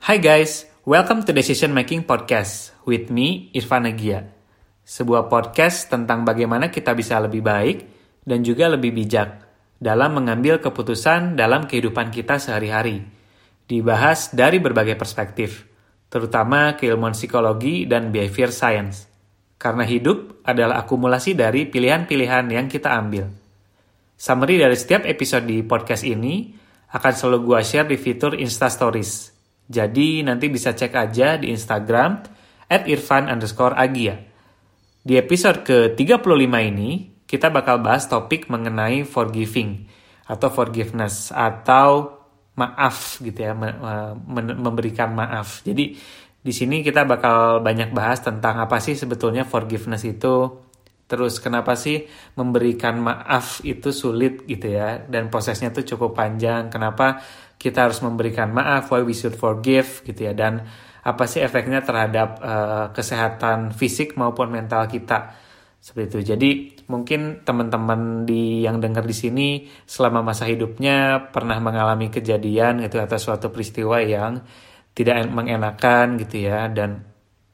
Hi guys, welcome to Decision Making Podcast with me, Irfan Agia. Sebuah podcast tentang bagaimana kita bisa lebih baik dan juga lebih bijak dalam mengambil keputusan dalam kehidupan kita sehari-hari. Dibahas dari berbagai perspektif, terutama keilmuan psikologi dan behavior science. Karena hidup adalah akumulasi dari pilihan-pilihan yang kita ambil. Summary dari setiap episode di podcast ini akan selalu gue share di fitur Insta Stories. Jadi nanti bisa cek aja di Instagram @irfan_agia. Di episode ke-35 ini, kita bakal bahas topik mengenai forgiving atau forgiveness atau maaf gitu ya, memberikan maaf. Jadi di sini kita bakal banyak bahas tentang apa sih sebetulnya forgiveness itu. Terus kenapa sih memberikan maaf itu sulit gitu ya, dan prosesnya tuh cukup panjang. Kenapa kita harus memberikan maaf, why we should forgive gitu ya, dan apa sih efeknya terhadap kesehatan fisik maupun mental kita. Seperti itu. Jadi mungkin teman-teman yang dengar di sini selama masa hidupnya pernah mengalami kejadian gitu atau suatu peristiwa yang tidak mengenakan gitu ya, dan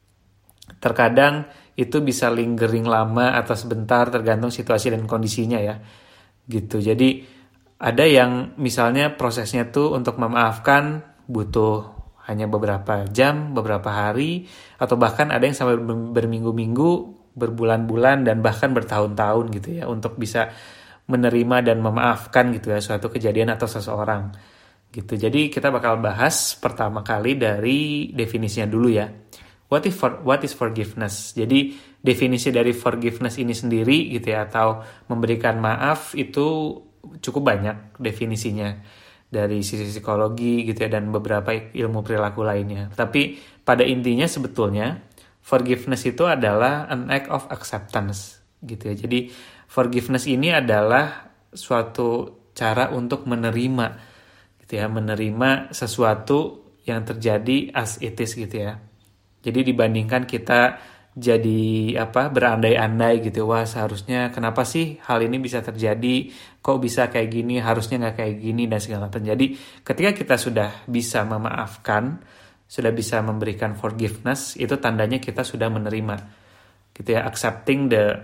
terkadang itu bisa lingering lama atau sebentar tergantung situasi dan kondisinya ya. Gitu. Jadi ada yang misalnya prosesnya tuh untuk memaafkan butuh hanya beberapa jam, beberapa hari, atau bahkan ada yang sampai berminggu-minggu, berbulan-bulan, dan bahkan bertahun-tahun gitu ya untuk bisa menerima dan memaafkan gitu ya suatu kejadian atau seseorang. Gitu. Jadi kita bakal bahas pertama kali dari definisinya dulu ya. What is forgiveness? Jadi definisi dari forgiveness ini sendiri gitu ya, atau memberikan maaf itu cukup banyak definisinya dari sisi psikologi gitu ya, dan beberapa ilmu perilaku lainnya. Tapi pada intinya sebetulnya forgiveness itu adalah an act of acceptance gitu ya. Jadi forgiveness ini adalah suatu cara untuk menerima gitu ya, menerima sesuatu yang terjadi as it is gitu ya. Jadi dibandingkan kita jadi berandai-andai gitu, wah seharusnya kenapa sih hal ini bisa terjadi, kok bisa kayak gini, harusnya nggak kayak gini dan segala macam. Jadi ketika kita sudah bisa memaafkan, sudah bisa memberikan forgiveness, itu tandanya kita sudah menerima gitu ya, accepting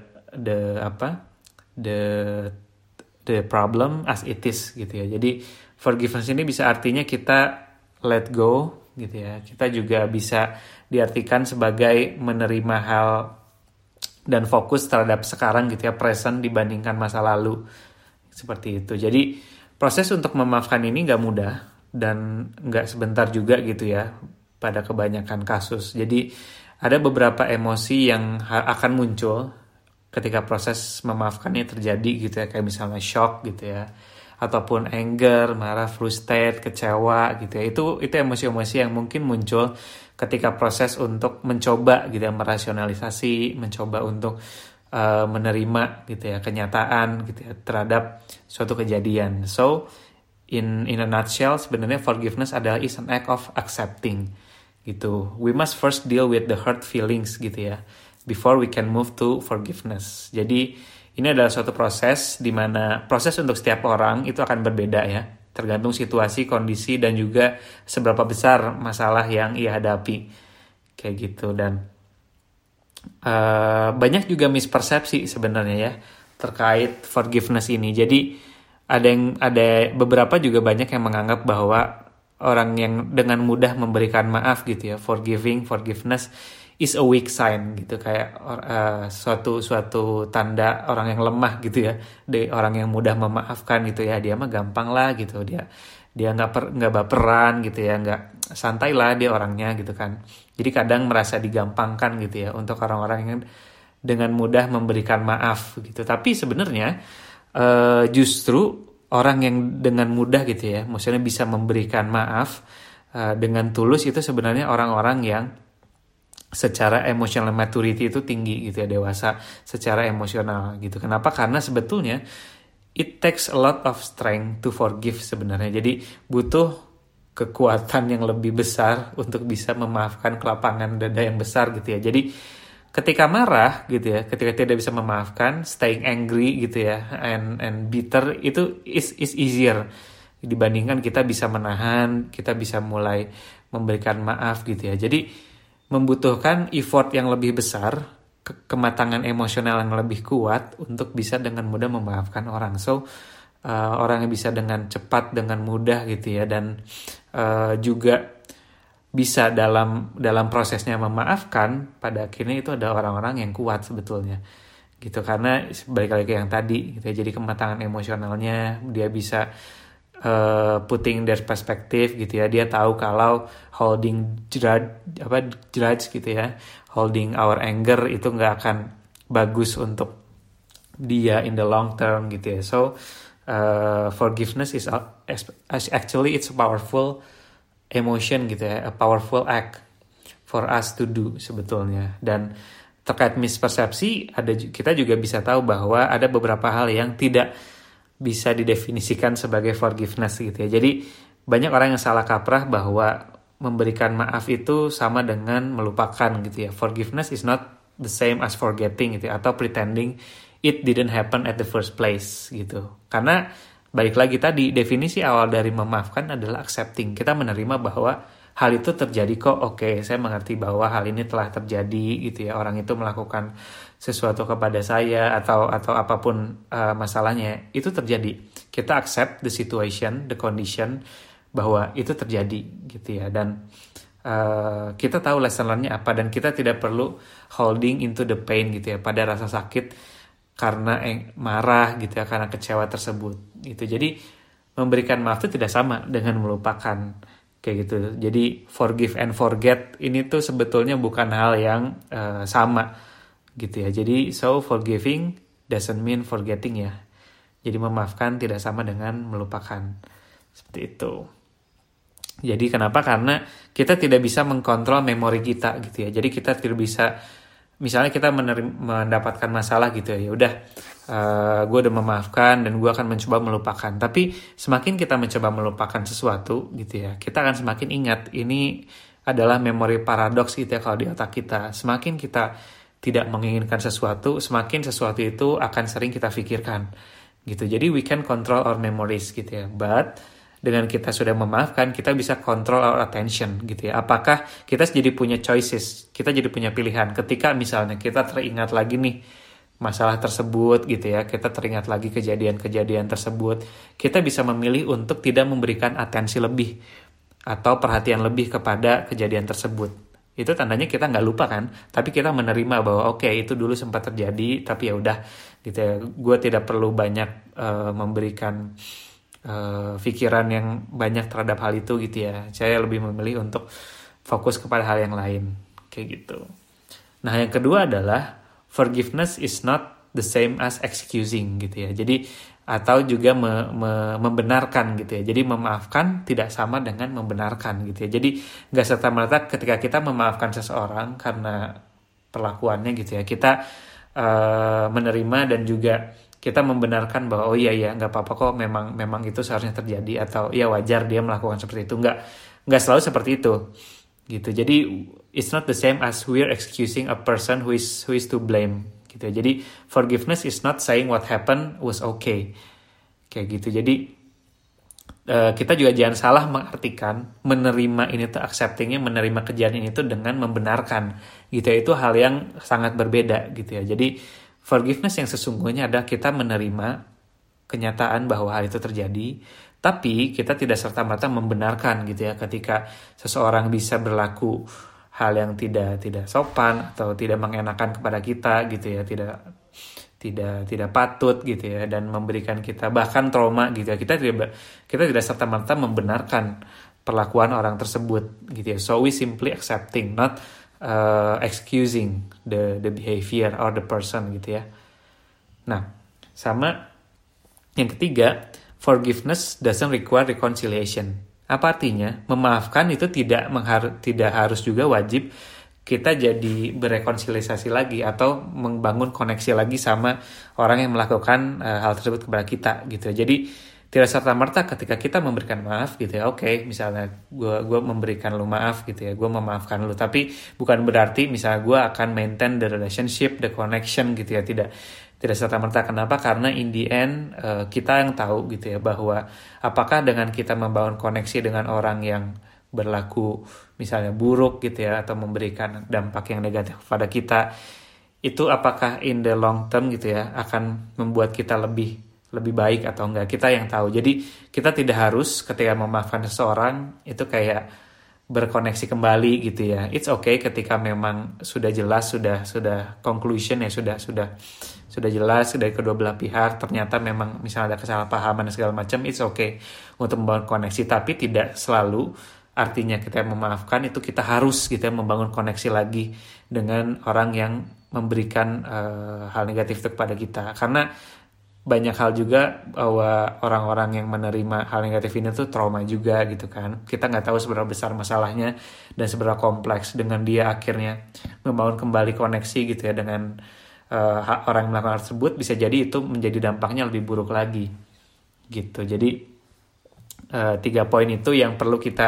the problem as it is gitu ya. Jadi forgiveness ini bisa artinya kita let go gitu ya. Kita juga bisa diartikan sebagai menerima hal dan fokus terhadap sekarang gitu ya, present dibandingkan masa lalu. Seperti itu. Jadi proses untuk memaafkan ini gak mudah dan gak sebentar juga gitu ya pada kebanyakan kasus. Jadi ada beberapa emosi yang akan muncul ketika proses memaafkannya terjadi gitu ya, kayak misalnya shock gitu ya, ataupun anger, marah, frustrate, kecewa gitu ya. Itu emosi-emosi yang mungkin muncul ketika proses untuk mencoba gitu ya, merasionalisasi, mencoba untuk menerima gitu ya kenyataan gitu ya terhadap suatu kejadian. So in a nutshell, sebenarnya forgiveness adalah is an act of accepting gitu. We must first deal with the hurt feelings gitu ya, before we can move to forgiveness. Jadi ini adalah suatu proses di mana proses untuk setiap orang itu akan berbeda ya, tergantung situasi, kondisi, dan juga seberapa besar masalah yang ia hadapi. Kayak gitu. Dan banyak juga mispersepsi sebenarnya ya terkait forgiveness ini. Jadi ada beberapa juga banyak yang menganggap bahwa orang yang dengan mudah memberikan maaf gitu ya, forgiveness is a weak sign gitu, kayak suatu tanda orang yang lemah gitu ya, orang yang mudah memaafkan gitu ya, dia mah gampang lah gitu, dia nggak baperan gitu ya, nggak santai lah dia orangnya gitu kan. Jadi kadang merasa digampangkan gitu ya untuk orang-orang yang dengan mudah memberikan maaf gitu. Tapi sebenarnya justru orang yang dengan mudah gitu ya, maksudnya bisa memberikan maaf dengan tulus, itu sebenarnya orang-orang yang secara emotional maturity itu tinggi gitu ya, dewasa secara emosional gitu. Kenapa? Karena sebetulnya it takes a lot of strength to forgive sebenarnya. Jadi butuh kekuatan yang lebih besar untuk bisa memaafkan kelapangan dada yang besar gitu ya. Jadi ketika marah gitu ya, ketika tidak bisa memaafkan, staying angry gitu ya, and bitter itu is easier dibandingkan kita bisa menahan, kita bisa mulai memberikan maaf gitu ya. Jadi membutuhkan effort yang lebih besar, kematangan emosional yang lebih kuat untuk bisa dengan mudah memaafkan orang. So orang yang bisa dengan cepat, dengan mudah gitu ya, dan juga bisa dalam prosesnya memaafkan, pada akhirnya itu ada orang-orang yang kuat sebetulnya gitu, karena balik lagi ke yang tadi gitu ya. Jadi kematangan emosionalnya, dia bisa putting their perspective gitu ya. Dia tahu kalau holding grudge gitu ya, holding our anger itu nggak akan bagus untuk dia in the long term gitu ya. So forgiveness is actually it's a powerful emotion gitu ya, a powerful act for us to do sebetulnya. Dan terkait mispersepsi, kita juga bisa tahu bahwa ada beberapa hal yang tidak bisa didefinisikan sebagai forgiveness gitu ya. Jadi banyak orang yang salah kaprah bahwa memberikan maaf itu sama dengan melupakan gitu ya. Forgiveness is not the same as forgetting gitu ya, atau pretending it didn't happen at the first place gitu. Karena balik lagi tadi, definisi awal dari memaafkan adalah accepting. Kita menerima bahwa hal itu terjadi kok. Oke, saya mengerti bahwa hal ini telah terjadi gitu ya. Orang itu melakukan sesuatu kepada saya atau apapun masalahnya, itu terjadi. Kita accept the situation, the condition, bahwa itu terjadi gitu ya. Dan kita tahu lesson learn-nya apa, dan kita tidak perlu holding into the pain gitu ya, pada rasa sakit karena marah gitu ya, karena kecewa tersebut gitu. Jadi memberikan maaf itu tidak sama dengan melupakan kayak gitu. Jadi forgive and forget ini tuh sebetulnya bukan hal yang sama gitu ya. Jadi so forgiving doesn't mean forgetting ya. Jadi memaafkan tidak sama dengan melupakan, seperti itu. Jadi kenapa? Karena kita tidak bisa mengkontrol memori kita gitu ya. Jadi kita tidak bisa, misalnya kita mendapatkan masalah gitu ya udah, gue udah memaafkan dan gue akan mencoba melupakan. Tapi semakin kita mencoba melupakan sesuatu gitu ya, kita akan semakin ingat. Ini adalah memori paradoks gitu ya kalau di otak kita. Semakin kita tidak menginginkan sesuatu, semakin sesuatu itu akan sering kita pikirkan gitu. Jadi we can control our memories gitu ya. But dengan kita sudah memaafkan, kita bisa control our attention gitu ya. Apakah kita jadi punya choices, kita jadi punya pilihan. Ketika misalnya kita teringat lagi nih masalah tersebut gitu ya, kita teringat lagi kejadian-kejadian tersebut, kita bisa memilih untuk tidak memberikan atensi lebih atau perhatian lebih kepada kejadian tersebut. Itu tandanya kita nggak lupa kan, tapi kita menerima bahwa oke, itu dulu sempat terjadi, tapi ya udah gitu ya. Gue tidak perlu banyak memberikan pikiran yang banyak terhadap hal itu gitu ya. Saya lebih memilih untuk fokus kepada hal yang lain kayak gitu. Nah, yang kedua adalah forgiveness is not the same as excusing gitu ya. Jadi atau juga membenarkan gitu ya. Jadi memaafkan tidak sama dengan membenarkan gitu ya. Jadi nggak serta-merta ketika kita memaafkan seseorang karena perlakuannya gitu ya, kita menerima dan juga kita membenarkan bahwa oh iya nggak apa-apa kok, memang itu seharusnya terjadi, atau ya wajar dia melakukan seperti itu. Nggak selalu seperti itu gitu. Jadi it's not the same as we're excusing a person who is to blame gitu. Jadi forgiveness is not saying what happened was okay kayak gitu. Jadi kita juga jangan salah mengartikan menerima ini tuh, acceptingnya, menerima kejadian itu dengan membenarkan gitu. Itu hal yang sangat berbeda gitu ya. Jadi forgiveness yang sesungguhnya adalah kita menerima kenyataan bahwa hal itu terjadi, tapi kita tidak serta-merta membenarkan gitu ya. Ketika seseorang bisa berlaku hal yang tidak sopan atau tidak mengenakan kepada kita gitu ya, tidak patut gitu ya, dan memberikan kita bahkan trauma gitu ya, kita tidak serta-merta membenarkan perlakuan orang tersebut gitu ya. So we simply accepting, not excusing the behavior or the person gitu ya. Nah, sama yang ketiga, forgiveness doesn't require reconciliation. Apa artinya? Memaafkan itu tidak harus juga wajib kita jadi berekonsiliasi lagi atau membangun koneksi lagi sama orang yang melakukan hal tersebut kepada kita gitu. Jadi tidak serta-merta ketika kita memberikan maaf gitu ya, oke, misalnya gue memberikan lu maaf gitu ya, gue memaafkan lu, tapi bukan berarti misalnya gue akan maintain the relationship, the connection gitu ya. Tidak serta-merta. Kenapa? Karena in the end kita yang tahu gitu ya, bahwa apakah dengan kita membangun koneksi dengan orang yang berlaku misalnya buruk gitu ya, atau memberikan dampak yang negatif pada kita, itu apakah in the long term gitu ya akan membuat kita lebih baik atau enggak, kita yang tahu. Jadi kita tidak harus ketika memaafkan seseorang itu kayak berkoneksi kembali gitu ya. It's okay ketika memang sudah jelas, sudah conclusion ya, sudah jelas dari kedua belah pihak, ternyata memang misalnya ada kesalahpahaman dan segala macam, it's okay untuk membangun koneksi. Tapi tidak selalu artinya kita memaafkan itu kita harus gitu ya membangun koneksi lagi dengan orang yang memberikan hal negatif itu kepada kita. Karena banyak hal juga bahwa orang-orang yang menerima hal negatif ini tuh trauma juga gitu kan. Kita nggak tahu seberapa besar masalahnya dan seberapa kompleks. Dengan dia akhirnya membangun kembali koneksi gitu ya dengan orang yang melakukan hal tersebut, bisa jadi itu menjadi dampaknya lebih buruk lagi gitu. Jadi 3 poin itu yang perlu kita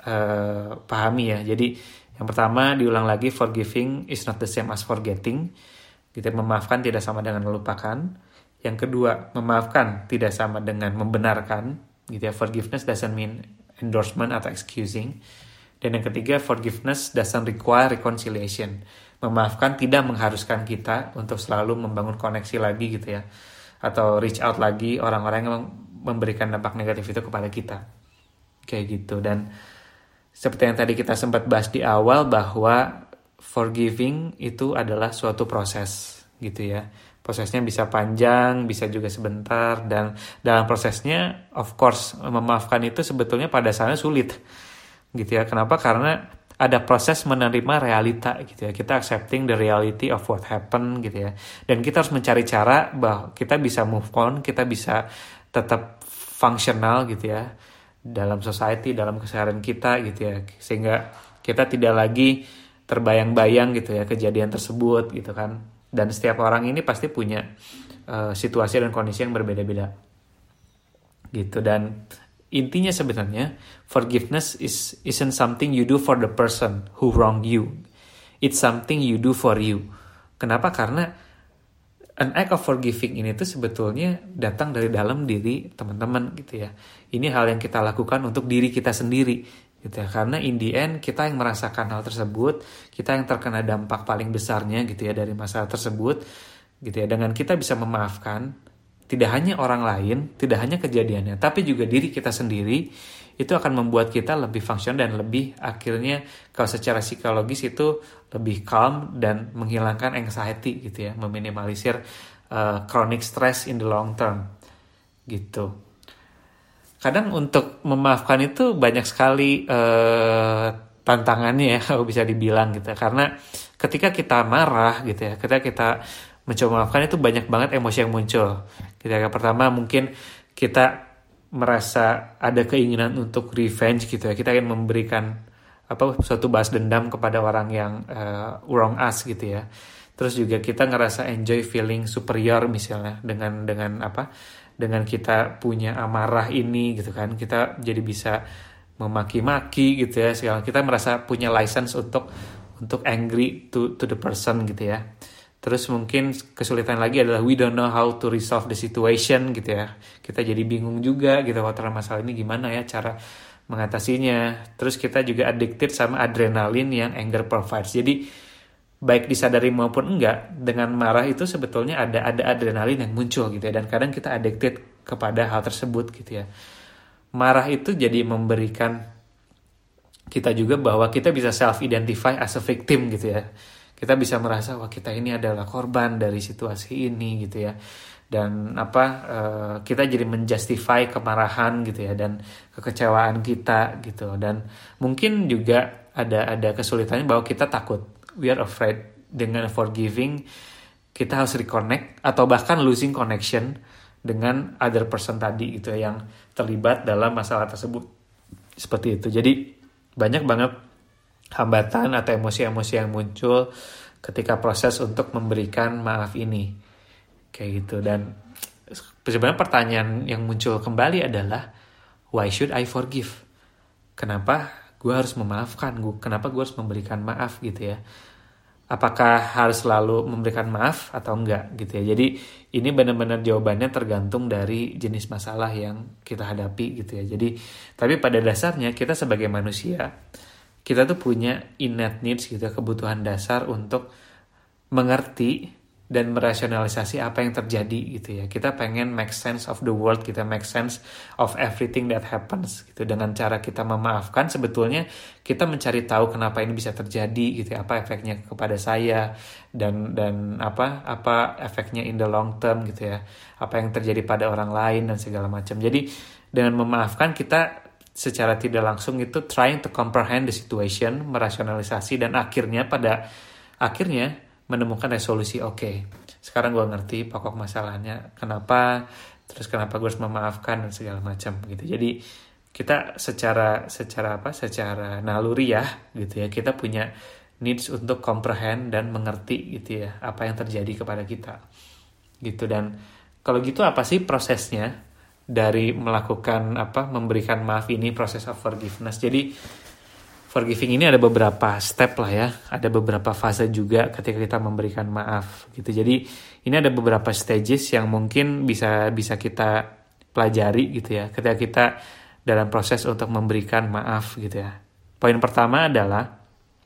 pahami ya. Jadi yang pertama, diulang lagi, forgiving is not the same as forgetting. Gitu, memaafkan tidak sama dengan melupakan. Yang kedua, memaafkan tidak sama dengan membenarkan, gitu ya. Forgiveness doesn't mean endorsement atau excusing. Dan yang ketiga, forgiveness doesn't require reconciliation. Memaafkan tidak mengharuskan kita untuk selalu membangun koneksi lagi gitu ya, atau reach out lagi orang-orang yang memberikan dampak negatif itu kepada kita. Kayak gitu. Dan seperti yang tadi kita sempat bahas di awal, bahwa forgiving itu adalah suatu proses gitu ya. Prosesnya bisa panjang, bisa juga sebentar, dan dalam prosesnya of course memaafkan itu sebetulnya pada dasarnya sulit gitu ya. Kenapa? Karena ada proses menerima realita gitu ya. Kita accepting the reality of what happened gitu ya. Dan kita harus mencari cara bahwa kita bisa move on, kita bisa tetap fungsional gitu ya dalam society, dalam keseharian kita gitu ya. Sehingga kita tidak lagi terbayang-bayang gitu ya kejadian tersebut gitu kan. Dan setiap orang ini pasti punya situasi dan kondisi yang berbeda-beda gitu. Dan intinya sebenarnya forgiveness isn't something you do for the person who wronged you. It's something you do for you. Kenapa? Karena an act of forgiving ini tuh sebetulnya datang dari dalam diri teman-teman gitu ya. Ini hal yang kita lakukan untuk diri kita sendiri gitu ya. Karena in the end kita yang merasakan hal tersebut, kita yang terkena dampak paling besarnya gitu ya dari masalah tersebut gitu ya. Dengan kita bisa memaafkan tidak hanya orang lain, tidak hanya kejadiannya, tapi juga diri kita sendiri, itu akan membuat kita lebih fungsional dan lebih akhirnya kalau secara psikologis itu lebih calm dan menghilangkan anxiety gitu ya, meminimalisir chronic stress in the long term gitu. Kadang untuk memaafkan itu banyak sekali tantangannya ya, kalau bisa dibilang gitu. Karena ketika kita marah gitu ya, ketika kita mencoba memaafkan itu banyak banget emosi yang muncul. Yang pertama mungkin kita merasa ada keinginan untuk revenge gitu ya. Kita ingin memberikan suatu balas dendam kepada orang yang wrong us gitu ya. Terus juga kita ngerasa enjoy feeling superior misalnya dengan kita punya amarah ini gitu kan, kita jadi bisa memaki-maki gitu ya, segala kita merasa punya license untuk angry to the person gitu ya. Terus mungkin kesulitan lagi adalah we don't know how to resolve the situation gitu ya. Kita jadi bingung juga gitu, kalau masalah ini gimana ya cara mengatasinya. Terus kita juga addicted sama adrenalin yang anger provides. Jadi baik disadari maupun enggak, dengan marah itu sebetulnya ada adrenalin yang muncul gitu ya. Dan kadang kita addicted kepada hal tersebut gitu ya. Marah itu jadi memberikan kita juga bahwa kita bisa self-identify as a victim gitu ya. Kita bisa merasa wah kita ini adalah korban dari situasi ini gitu ya. Dan kita jadi menjustify kemarahan gitu ya dan kekecewaan kita gitu. Dan mungkin juga ada kesulitannya bahwa kita takut, we are afraid. Dengan forgiving kita harus reconnect atau bahkan losing connection dengan other person tadi gitu ya, yang terlibat dalam masalah tersebut. Seperti itu. Jadi banyak banget hambatan atau emosi-emosi yang muncul ketika proses untuk memberikan maaf ini. Kayak gitu. Dan sebenarnya pertanyaan yang muncul kembali adalah why should I forgive? Kenapa gue harus memaafkan? Kenapa gue harus memberikan maaf gitu ya? apakah harus selalu memberikan maaf atau enggak gitu ya. Jadi ini benar-benar jawabannya tergantung dari jenis masalah yang kita hadapi gitu ya. Jadi tapi pada dasarnya kita sebagai manusia, kita tuh punya innate needs gitu ya, kebutuhan dasar untuk mengerti dan merasionalisasi apa yang terjadi gitu ya. Kita pengen make sense of the world, kita make sense of everything that happens gitu. Dengan cara kita memaafkan, sebetulnya kita mencari tahu kenapa ini bisa terjadi gitu ya, apa efeknya kepada saya dan apa efeknya in the long term gitu ya. Apa yang terjadi pada orang lain dan segala macam. Jadi dengan memaafkan kita secara tidak langsung itu trying to comprehend the situation, merasionalisasi dan akhirnya menemukan resolusi. Oke, sekarang gue ngerti pokok masalahnya kenapa gue harus memaafkan dan segala macam gitu. Jadi kita secara naluri ya gitu ya, kita punya needs untuk comprehend dan mengerti gitu ya apa yang terjadi kepada kita gitu. Dan kalau gitu apa sih prosesnya dari melakukan memberikan maaf ini, proses of forgiveness? Jadi forgiving ini ada beberapa step lah ya, ada beberapa fase juga ketika kita memberikan maaf gitu. Jadi ini ada beberapa stages yang mungkin bisa kita pelajari gitu ya, ketika kita dalam proses untuk memberikan maaf gitu ya. Poin pertama adalah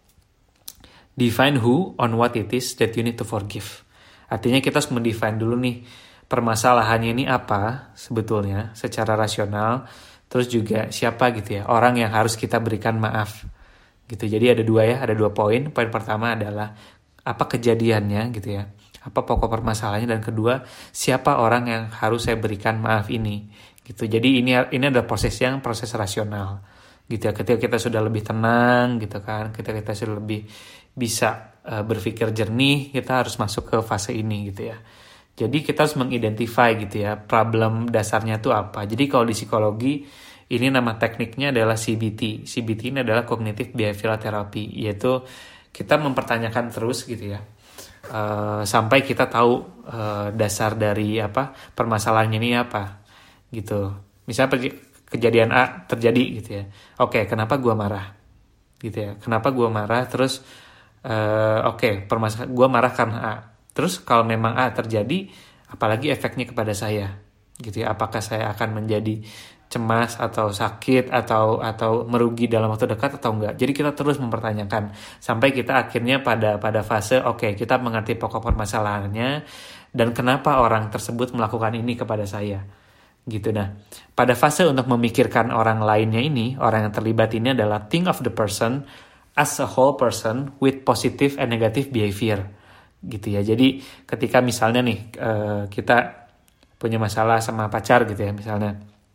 define who on what it is that you need to forgive. Artinya kita harus mendefine dulu nih permasalahannya ini apa sebetulnya secara rasional. Terus juga siapa gitu ya orang yang harus kita berikan maaf gitu. Jadi ada dua poin. Poin pertama adalah apa kejadiannya gitu ya, apa pokok permasalahannya, dan kedua siapa orang yang harus saya berikan maaf ini gitu. Jadi ini adalah proses rasional gitu ya. Ketika kita sudah lebih tenang gitu kan, ketika kita sudah lebih bisa berpikir jernih, kita harus masuk ke fase ini gitu ya. Jadi kita harus mengidentify gitu ya problem dasarnya itu apa. Jadi kalau di psikologi ini nama tekniknya adalah CBT. CBT ini adalah Cognitive Behavioral Therapy, yaitu kita mempertanyakan terus gitu ya sampai kita tahu dasar dari permasalahannya ini apa gitu. Misalnya kejadian A terjadi gitu ya. Oke, kenapa gue marah gitu ya? Kenapa gue marah? Terus gue marah karena A. Terus kalau memang A terjadi, apalagi efeknya kepada saya gitu ya, apakah saya akan menjadi cemas atau sakit atau merugi dalam waktu dekat atau enggak. Jadi kita terus mempertanyakan sampai kita akhirnya pada fase kita mengerti pokok permasalahannya dan kenapa orang tersebut melakukan ini kepada saya gitu. Nah, pada fase untuk memikirkan orang lainnya ini, orang yang terlibat ini adalah think of the person as a whole person with positive and negative behavior gitu ya. Jadi ketika misalnya nih kita punya masalah sama pacar gitu ya misalnya,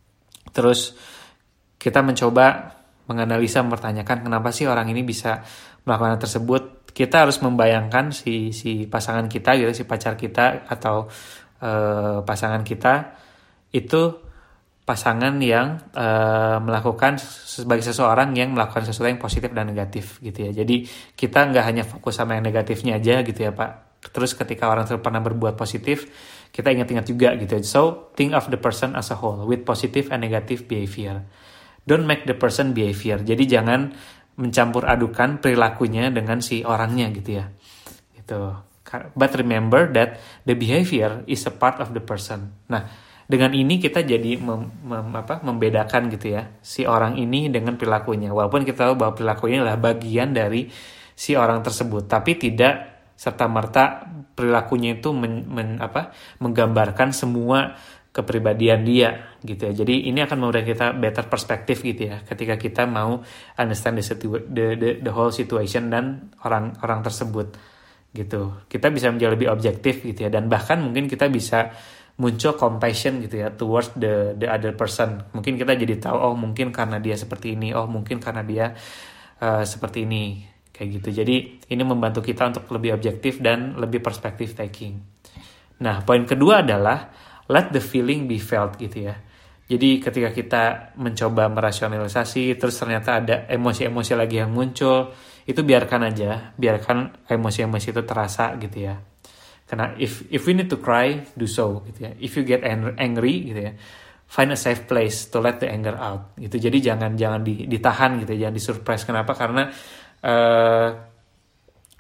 terus kita mencoba menganalisa, mempertanyakan kenapa sih orang ini bisa melakukan hal tersebut. Kita harus membayangkan si pasangan kita gitu, si pacar kita atau pasangan kita itu pasangan yang melakukan sebagai seseorang yang melakukan sesuatu yang positif dan negatif gitu ya. Jadi kita nggak hanya fokus sama yang negatifnya aja gitu ya Pak. Terus ketika orang itu pernah berbuat positif, kita ingat-ingat juga gitu. So think of the person as a whole with positive and negative behavior. Don't make the person behavior. Jadi jangan mencampur adukan perilakunya dengan si orangnya gitu ya. Gitu. But remember that the behavior is a part of the person. Nah, dengan ini kita jadi membedakan gitu ya si orang ini dengan perilakunya. Walaupun kita tahu bahwa perilakunya adalah bagian dari si orang tersebut, tapi tidak serta-merta perilakunya itu menggambarkan semua kepribadian dia gitu ya. Jadi ini akan memberikan kita better perspektif gitu ya ketika kita mau understand the whole situation dan orang tersebut gitu. Kita bisa menjadi lebih objektif gitu ya, dan bahkan mungkin kita bisa muncul compassion gitu ya towards the other person. Mungkin kita jadi tahu, oh mungkin karena dia seperti ini, oh mungkin karena dia seperti ini, kayak gitu. Jadi ini membantu kita untuk lebih objektif dan lebih perspektif taking. Nah, poin kedua adalah let the feeling be felt gitu ya. Jadi ketika kita mencoba merasionalisasi, terus ternyata ada emosi-emosi lagi yang muncul, itu biarkan aja, biarkan emosi-emosi itu terasa gitu ya. Karena if we need to cry, do so gitu ya. If you get angry gitu ya, find a safe place to let the anger out gitu. Jadi jangan ditahan gitu, jangan disurprise. Kenapa? Karena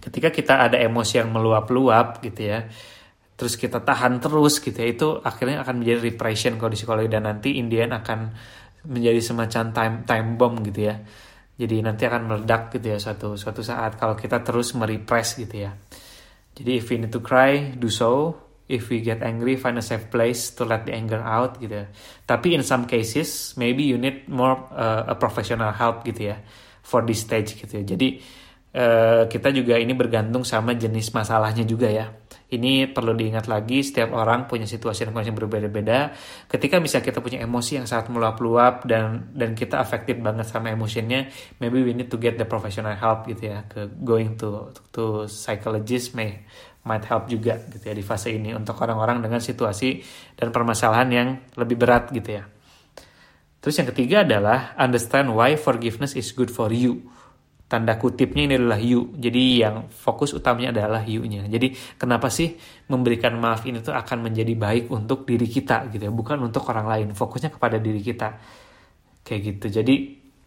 ketika kita ada emosi yang meluap-luap gitu ya, terus kita tahan terus gitu ya, itu akhirnya akan menjadi repression kalau di psikologi, dan nanti in the end akan menjadi semacam time bomb gitu ya. Jadi nanti akan meledak gitu ya suatu saat kalau kita terus merepress gitu ya. Jadi if we need to cry, do so. If we get angry, find a safe place to let the anger out gitu ya. Tapi in some cases, maybe you need more a professional help gitu ya for this stage gitu ya. Jadi kita juga ini bergantung sama jenis masalahnya juga ya. Ini perlu diingat lagi, setiap orang punya situasi dan kondisi yang berbeda-beda. Ketika misalnya kita punya emosi yang sangat meluap-luap dan kita affected banget sama emosinya, maybe we need to get the professional help gitu ya. Going to psychologist might help juga gitu ya di fase ini untuk orang-orang dengan situasi dan permasalahan yang lebih berat gitu ya. Terus yang ketiga adalah understand why forgiveness is good for you. Tanda kutipnya ini adalah you. Jadi yang fokus utamanya adalah you-nya. Jadi kenapa sih memberikan maaf ini tuh akan menjadi baik untuk diri kita gitu ya, bukan untuk orang lain. Fokusnya kepada diri kita. Kayak gitu. Jadi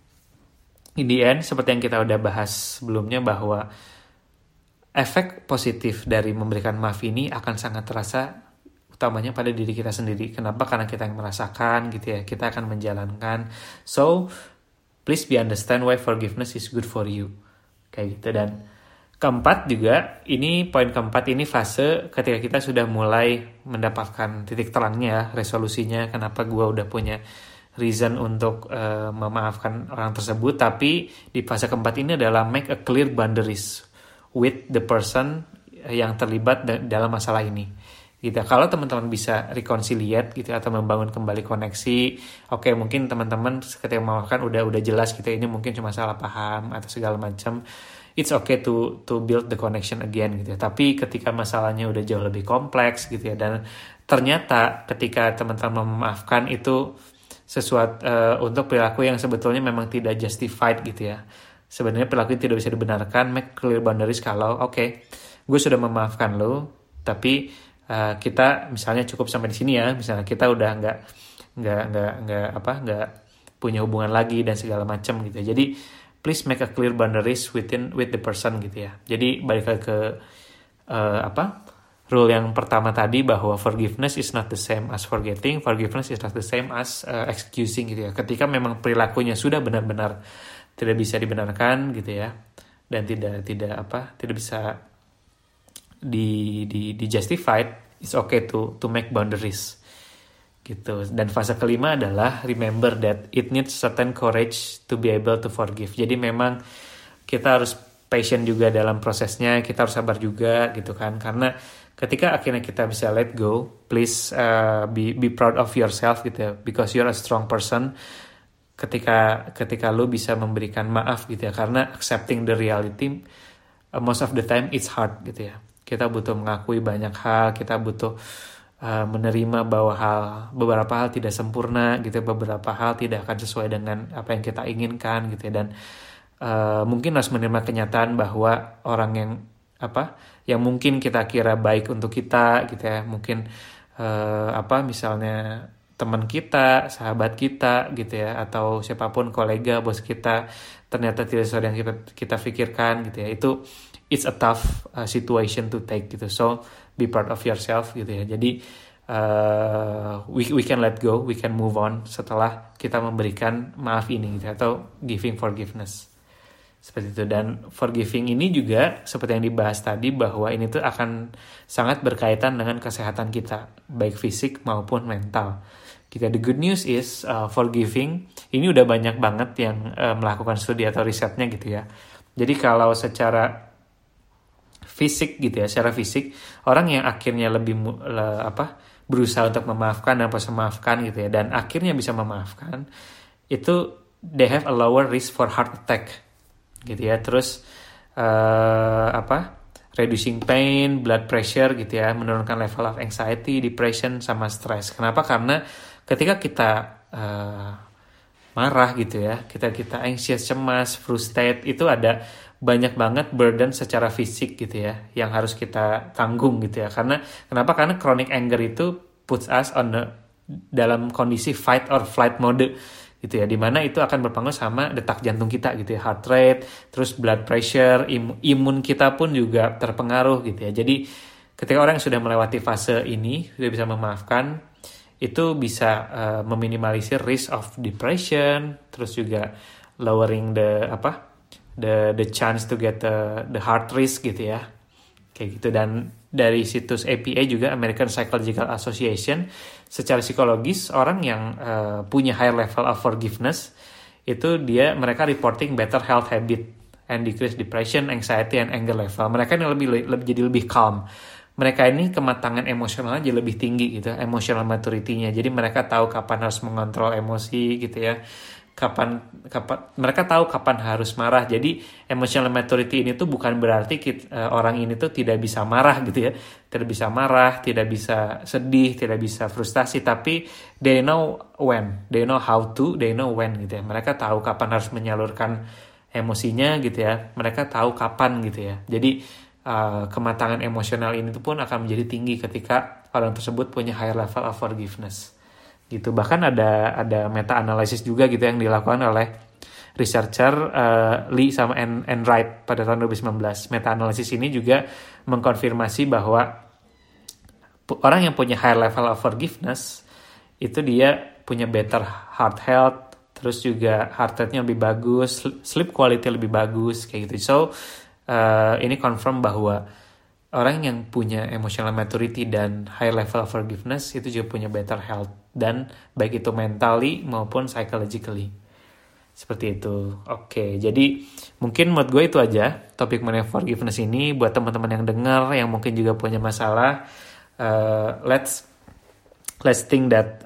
in the end seperti yang kita udah bahas sebelumnya bahwa efek positif dari memberikan maaf ini akan sangat terasa utamanya pada diri kita sendiri. Kenapa? Karena kita yang merasakan gitu ya. Kita akan menjalankan. So please be understand why forgiveness is good for you. Kayak gitu. Dan keempat juga, poin keempat ini fase ketika kita sudah mulai mendapatkan titik terangnya, resolusinya, kenapa gue udah punya reason untuk memaafkan orang tersebut. Tapi di fase keempat ini adalah make a clear boundaries with the person yang terlibat dalam masalah ini. Gitu. Kalau teman-teman bisa reconciliate gitu atau membangun kembali koneksi, oke, mungkin teman-teman ketika memaafkan udah jelas gitu, ini mungkin cuma salah paham atau segala macam. It's okay to build the connection again gitu ya. Tapi ketika masalahnya udah jauh lebih kompleks gitu ya, dan ternyata ketika teman-teman memaafkan itu sesuatu untuk perilaku yang sebetulnya memang tidak justified gitu ya. Sebenarnya perilaku itu tidak bisa dibenarkan, make clear boundaries kalau oke, gue sudah memaafkan lo, tapi kita misalnya cukup sampai di sini ya, misalnya kita udah nggak punya hubungan lagi dan segala macam gitu ya. Jadi please make a clear boundaries with the person gitu ya. Jadi balik lagi ke rule yang pertama tadi bahwa forgiveness is not the same as forgetting, forgiveness is not the same as excusing gitu ya. Ketika memang perilakunya sudah benar-benar tidak bisa dibenarkan gitu ya, dan tidak bisa di justified, it's okay to make boundaries gitu. Dan fase kelima adalah remember that it needs certain courage to be able to forgive. Jadi memang kita harus patient juga dalam prosesnya, kita harus sabar juga gitu kan, karena ketika akhirnya kita bisa let go, please be proud of yourself gitu ya, because you're a strong person. Ketika lo bisa memberikan maaf gitu ya, karena accepting the reality most of the time it's hard gitu ya. Kita butuh mengakui banyak hal, kita butuh menerima bahwa beberapa hal tidak sempurna gitu, beberapa hal tidak akan sesuai dengan apa yang kita inginkan gitu ya, dan mungkin harus menerima kenyataan bahwa orang yang mungkin kita kira baik untuk kita gitu ya, mungkin misalnya teman kita, sahabat kita gitu ya, atau siapapun, kolega, bos kita, ternyata tidak sesuai yang kita pikirkan gitu ya. It's a tough situation to take gitu. So be proud of yourself gitu ya. Jadi we can let go, we can move on setelah kita memberikan maaf ini gitu, atau giving forgiveness. Seperti itu. Dan forgiving ini juga seperti yang dibahas tadi, bahwa ini tuh akan sangat berkaitan dengan kesehatan kita, baik fisik maupun mental. The good news is forgiving ini udah banyak banget yang melakukan studi atau risetnya gitu ya. Jadi kalau secara fisik gitu ya, secara fisik orang yang akhirnya lebih berusaha untuk memaafkan dan memaafkan gitu ya, dan akhirnya bisa memaafkan, itu they have a lower risk for heart attack gitu ya. Terus reducing pain, blood pressure gitu ya, menurunkan level of anxiety, depression, sama stress. Kenapa? Karena ketika kita marah gitu ya, kita anxious, cemas, frustrated, itu ada banyak banget burden secara fisik gitu ya, yang harus kita tanggung gitu ya. Kenapa? Karena chronic anger itu puts us dalam kondisi fight or flight mode gitu ya, dimana itu akan berpengaruh sama detak jantung kita gitu ya, heart rate, terus blood pressure, imun kita pun juga terpengaruh gitu ya. Jadi ketika orang yang sudah melewati fase ini sudah bisa memaafkan, itu bisa meminimalisir risk of depression, terus juga lowering the chance to get the heart risk gitu ya, kayak gitu. Dan dari situs APA juga, American Psychological Association, secara psikologis orang yang punya high level of forgiveness itu mereka reporting better health habit and decrease depression, anxiety and anger level. Mereka ini jadi lebih calm. Mereka ini kematangan emosionalnya jadi lebih tinggi gitu, emotional maturity-nya. Jadi mereka tahu kapan harus mengontrol emosi gitu ya. Kapan mereka tahu kapan harus marah. Jadi emotional maturity ini tuh bukan berarti orang ini tuh tidak bisa marah gitu ya. Tidak bisa marah, tidak bisa sedih, tidak bisa frustasi, tapi they know when, they know how to, they know when gitu ya. Mereka tahu kapan harus menyalurkan emosinya gitu ya. Mereka tahu kapan gitu ya. Jadi kematangan emosional ini tuh pun akan menjadi tinggi ketika orang tersebut punya higher level of forgiveness gitu. Bahkan ada meta analysis juga gitu yang dilakukan oleh researcher Lee sama Wright pada tahun 2019. Meta analysis ini juga mengkonfirmasi bahwa orang yang punya higher level of forgiveness itu dia punya better heart health, terus juga heart rate-nya lebih bagus, sleep quality lebih bagus kayak gitu. So ini confirm bahwa orang yang punya emotional maturity dan high level of forgiveness itu juga punya better health, dan baik itu mentally maupun psychologically. Seperti itu. Oke, jadi mungkin menurut gue itu aja topik mengenai forgiveness ini. Buat teman-teman yang dengar yang mungkin juga punya masalah, let's think that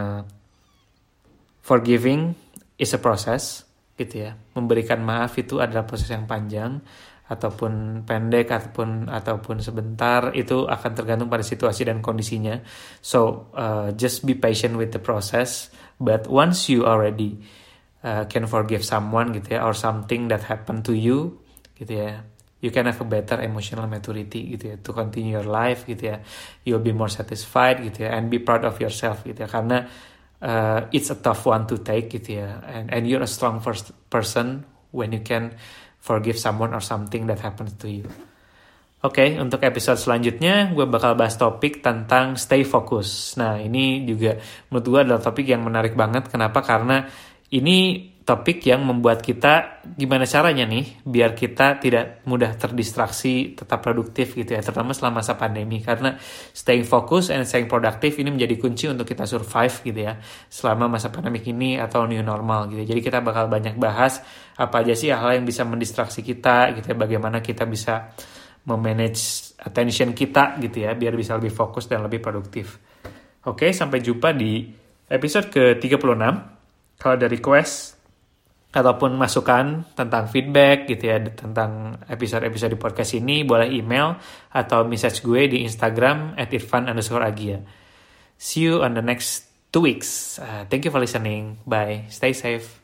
forgiving is a process gitu ya. Memberikan maaf itu adalah proses yang panjang, ataupun pendek ataupun sebentar, itu akan tergantung pada situasi dan kondisinya. So just be patient with the process. But once you already can forgive someone gitu ya, or something that happened to you gitu ya, you can have a better emotional maturity gitu ya, to continue your life gitu ya. You'll be more satisfied gitu ya, and be proud of yourself gitu ya, karena it's a tough one to take gitu ya, and you're a strong person when you can forgive someone or something that happens to you. Oke, untuk episode selanjutnya gue bakal bahas topik tentang stay focus. Nah, ini juga menurut gue adalah topik yang menarik banget. Kenapa? Karena ini topik yang membuat kita gimana caranya nih biar kita tidak mudah terdistraksi, tetap produktif gitu ya, terutama selama masa pandemi. Karena staying focus and staying productive ini menjadi kunci untuk kita survive gitu ya selama masa pandemi ini atau new normal gitu. Jadi kita bakal banyak bahas apa aja sih hal yang bisa mendistraksi kita gitu ya, bagaimana kita bisa memanage attention kita gitu ya biar bisa lebih fokus dan lebih produktif. Oke, sampai jumpa di episode ke-36. Kalau ada request ataupun masukan tentang feedback gitu ya tentang episode-episode di podcast ini, boleh email atau message gue di Instagram @irfan_agia. See you on the next 2 weeks. Thank you for listening. Bye. Stay safe.